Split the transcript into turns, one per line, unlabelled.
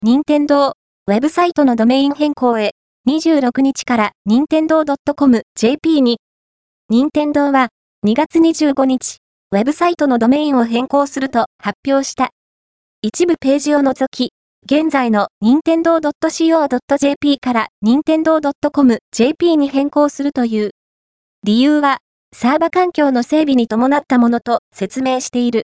任天堂ウェブサイトのドメイン変更へ、26日から任天堂 .com/jp に、任天堂は2月25日、ウェブサイトのドメインを変更すると発表した。一部ページを除き、現在の nintendo.co.jp から任天堂 .com/jp に変更するという。理由は、サーバ環境の整備に伴ったものと説明している。